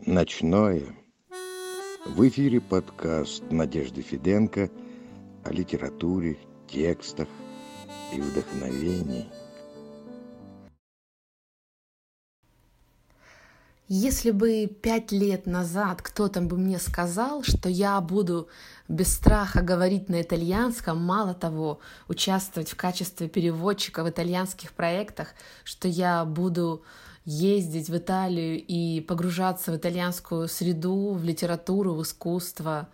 Ночное. В эфире подкаст Надежды Фиденко о литературе, текстах и вдохновении. Если бы 5 лет назад кто-то бы мне сказал, что я буду без страха говорить на итальянском, мало того, участвовать в качестве переводчика в итальянских проектах, что я буду ездить в Италию и погружаться в итальянскую среду, в литературу, в искусство,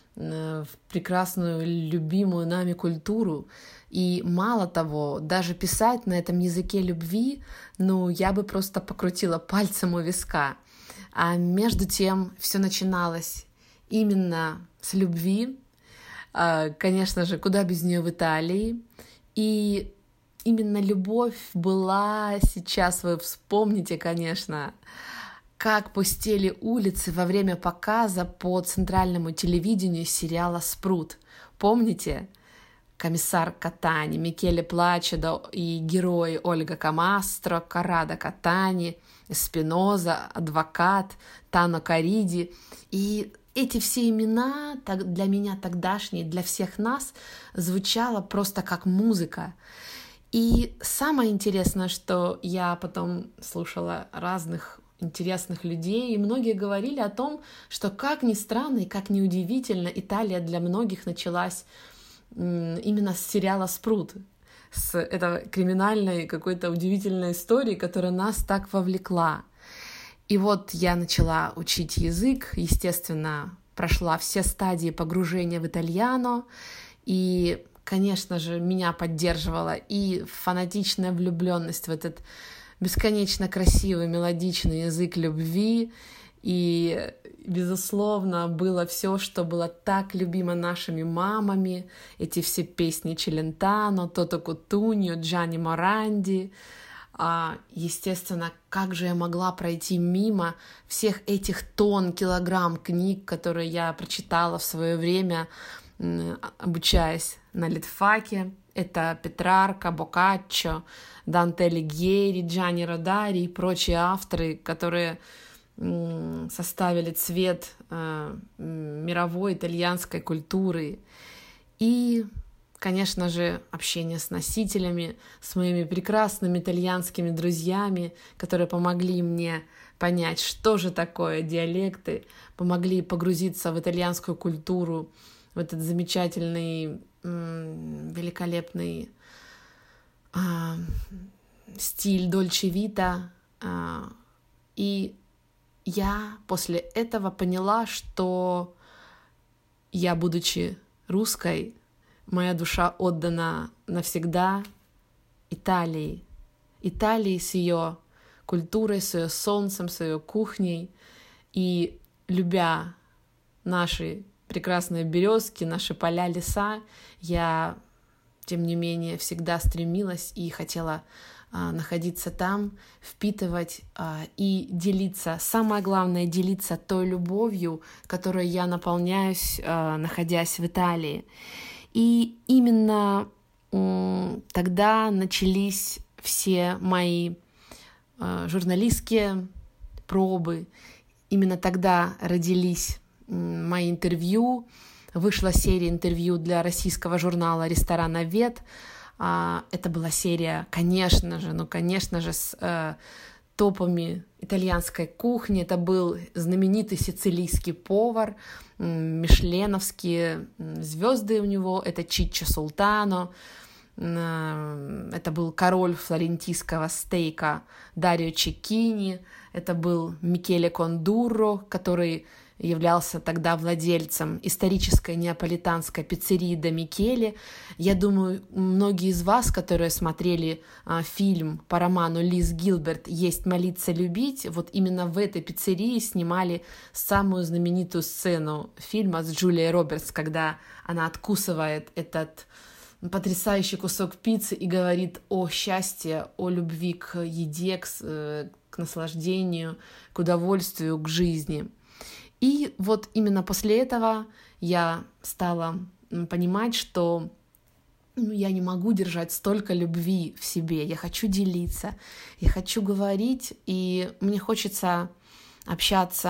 в прекрасную, любимую нами культуру. И мало того, даже писать на этом языке любви, я бы просто покрутила пальцем у виска. А между тем все начиналось именно с любви. Конечно же, куда без нее в Италии. И именно любовь была сейчас, вы вспомните, конечно, как пустели улицы во время показа по центральному телевидению сериала «Спрут». Помните? Комиссар Катани, Микеле Плачедо и герои Ольга Камастро, Коррадо Катани, Эспиноза, адвокат, Тано Кариди. И эти все имена для меня тогдашние, для всех нас, звучало просто как музыка. И самое интересное, что я потом слушала разных интересных людей, и многие говорили о том, что, как ни странно и как ни удивительно, Италия для многих началась именно с сериала «Спрут», с этой криминальной какой-то удивительной истории, которая нас так вовлекла. И вот я начала учить язык, естественно, прошла все стадии погружения в итальяно, и, конечно же, меня поддерживала и фанатичная влюбленность в этот бесконечно красивый мелодичный язык любви, и, безусловно, было все, что было так любимо нашими мамами, эти все песни Челентано, Тото Кутуньо, Джанни Моранди. Естественно, как же я могла пройти мимо всех этих тонн, килограмм книг, которые я прочитала в свое время, обучаясь на литфаке. Это Петрарка, Боккаччо, Данте Алигьери, Джанни Родари и прочие авторы, которые составили цвет мировой итальянской культуры. И, конечно же, общение с носителями, с моими прекрасными итальянскими друзьями, которые помогли мне понять, что же такое диалекты, помогли погрузиться в итальянскую культуру, в этот замечательный, великолепный стиль Дольче Вита. И я после этого поняла, что я, будучи русской, моя душа отдана навсегда Италии. Италии с ее культурой, с ее солнцем, с ее кухней. И любя наши прекрасные березки, наши поля, леса, я, тем не менее, всегда стремилась и хотела находиться там, впитывать и делиться. Самое главное — делиться той любовью, которой я наполняюсь, находясь в Италии. И именно тогда начались все мои журналистские пробы. Именно тогда родились мои интервью. Вышла серия интервью для российского журнала «Ресторановед». Это была серия, конечно же, с топами итальянской кухни. Это был знаменитый сицилийский повар, мишленовские звезды у него. Это Чиччо Султано. Это был король флорентийского стейка Дарио Чеккини. Это был Микеле Кондурро, который являлся тогда владельцем исторической неаполитанской пиццерии «Де Микеле». Я думаю, многие из вас, которые смотрели фильм по роману Лиз Гилберт «Есть, молиться, любить», вот именно в этой пиццерии снимали самую знаменитую сцену фильма с Джулией Робертс, когда она откусывает этот потрясающий кусок пиццы и говорит о счастье, о любви к еде, к наслаждению, к удовольствию, к жизни. И вот именно после этого я стала понимать, что я не могу держать столько любви в себе. Я хочу делиться, я хочу говорить, и мне хочется общаться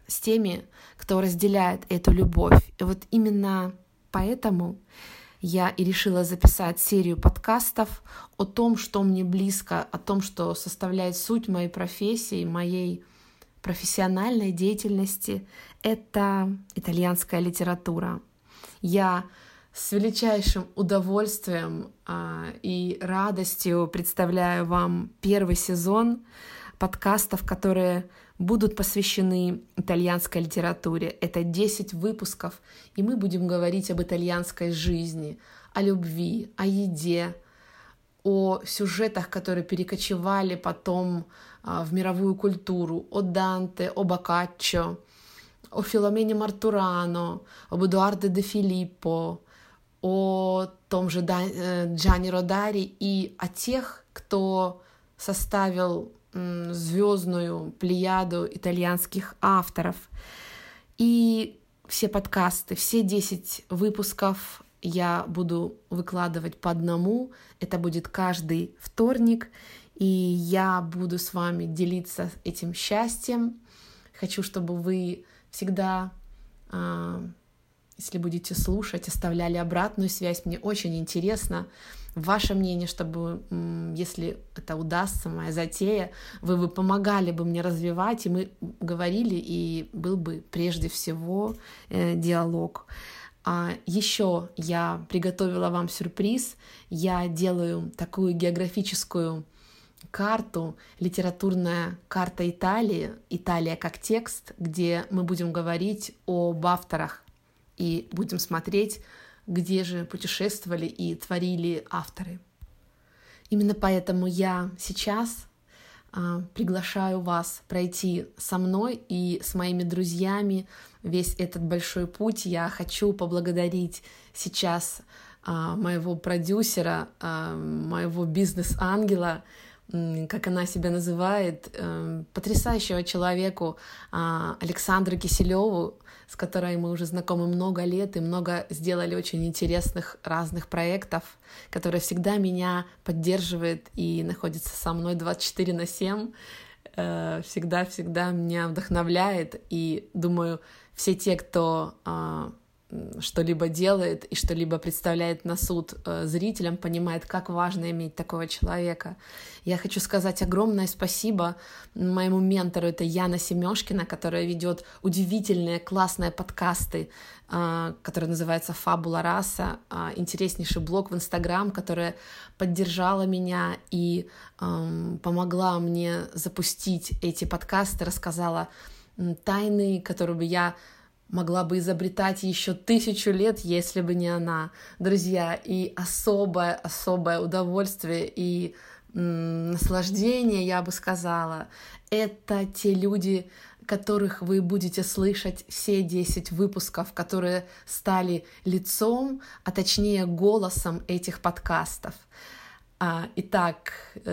с теми, кто разделяет эту любовь. И вот именно поэтому я и решила записать серию подкастов о том, что мне близко, о том, что составляет суть моей профессии, моей профессиональной деятельности. Это итальянская литература. Я с величайшим удовольствием и радостью представляю вам первый сезон подкастов, которые будут посвящены итальянской литературе. Это 10 выпусков, и мы будем говорить об итальянской жизни, о любви, о еде, о сюжетах, которые перекочевали потом в мировую культуру, о Данте, о Боккаччо, о Филомене Мартурано, об Эдуарде де Филиппо, о том же Джанни Родари и о тех, кто составил звездную плеяду итальянских авторов. И все подкасты, все 10 выпусков я буду выкладывать по одному. Это будет каждый вторник, и я буду с вами делиться этим счастьем. Хочу, чтобы вы всегда, если будете слушать, оставляли обратную связь. Мне очень интересно ваше мнение, чтобы, если это удастся, моя затея, вы помогали бы мне развивать, и мы говорили, и был бы прежде всего диалог. Еще я приготовила вам сюрприз. Я делаю такую географическую карту, литературная карта Италии, Италия как текст, где мы будем говорить об авторах и будем смотреть, где же путешествовали и творили авторы. Именно поэтому я сейчас приглашаю вас пройти со мной и с моими друзьями весь этот большой путь. Я хочу поблагодарить сейчас моего продюсера, моего бизнес-ангела, как она себя называет, потрясающего человеку Александру Киселеву, с которой мы уже знакомы много лет и много сделали очень интересных разных проектов, которая всегда меня поддерживает и находится со мной 24/7, всегда меня вдохновляет. И думаю, все те, кто что-либо делает и что-либо представляет на суд зрителям, понимает, как важно иметь такого человека. Я хочу сказать огромное спасибо моему ментору, это Яна Семёшкина, которая ведет удивительные, классные подкасты, который называется «Фабула раса», интереснейший блог в Инстаграм, которая поддержала меня и помогла мне запустить эти подкасты, рассказала тайны, которые бы я могла бы изобретать еще 1000 лет, если бы не она. Друзья, и особое удовольствие и наслаждение, я бы сказала, это те люди, которых вы будете слышать все 10 выпусков, которые стали лицом, а точнее голосом этих подкастов. Итак,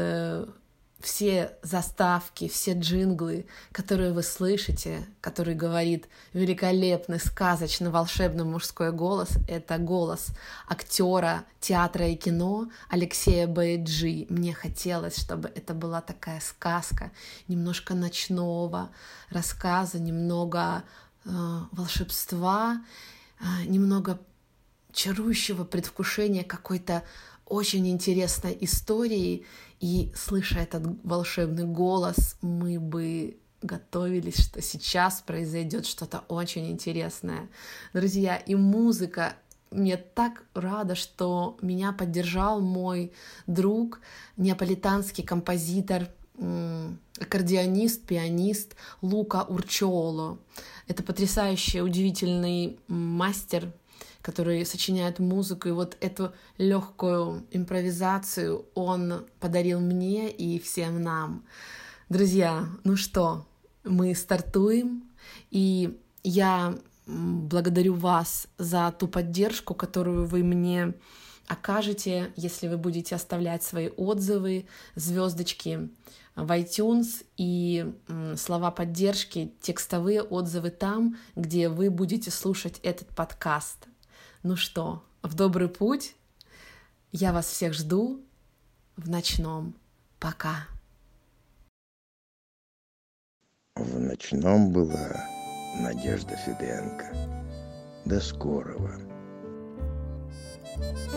все заставки, все джинглы, которые вы слышите, который говорит великолепный, сказочный, волшебный мужской голос, это голос актера театра и кино Алексея Баеджи. Мне хотелось, чтобы это была такая сказка, немножко ночного рассказа, немного волшебства, немного чарующего предвкушения какой-то очень интересной истории. И, слыша этот волшебный голос, мы бы готовились, что сейчас произойдет что-то очень интересное. Друзья, и музыка. Мне так рада, что меня поддержал мой друг, неаполитанский композитор, аккордеонист, пианист Лука Урчиоло. Это потрясающий, удивительный мастер, который сочиняет музыку, и вот эту легкую импровизацию он подарил мне и всем нам. Друзья, ну что, мы стартуем, и я благодарю вас за ту поддержку, которую вы мне окажете, если вы будете оставлять свои отзывы, звездочки в iTunes и слова поддержки, текстовые отзывы там, где вы будете слушать этот подкаст. Ну что, в добрый путь. Я вас всех жду в ночном. Пока. В ночном была Надежда Феденко. До скорого.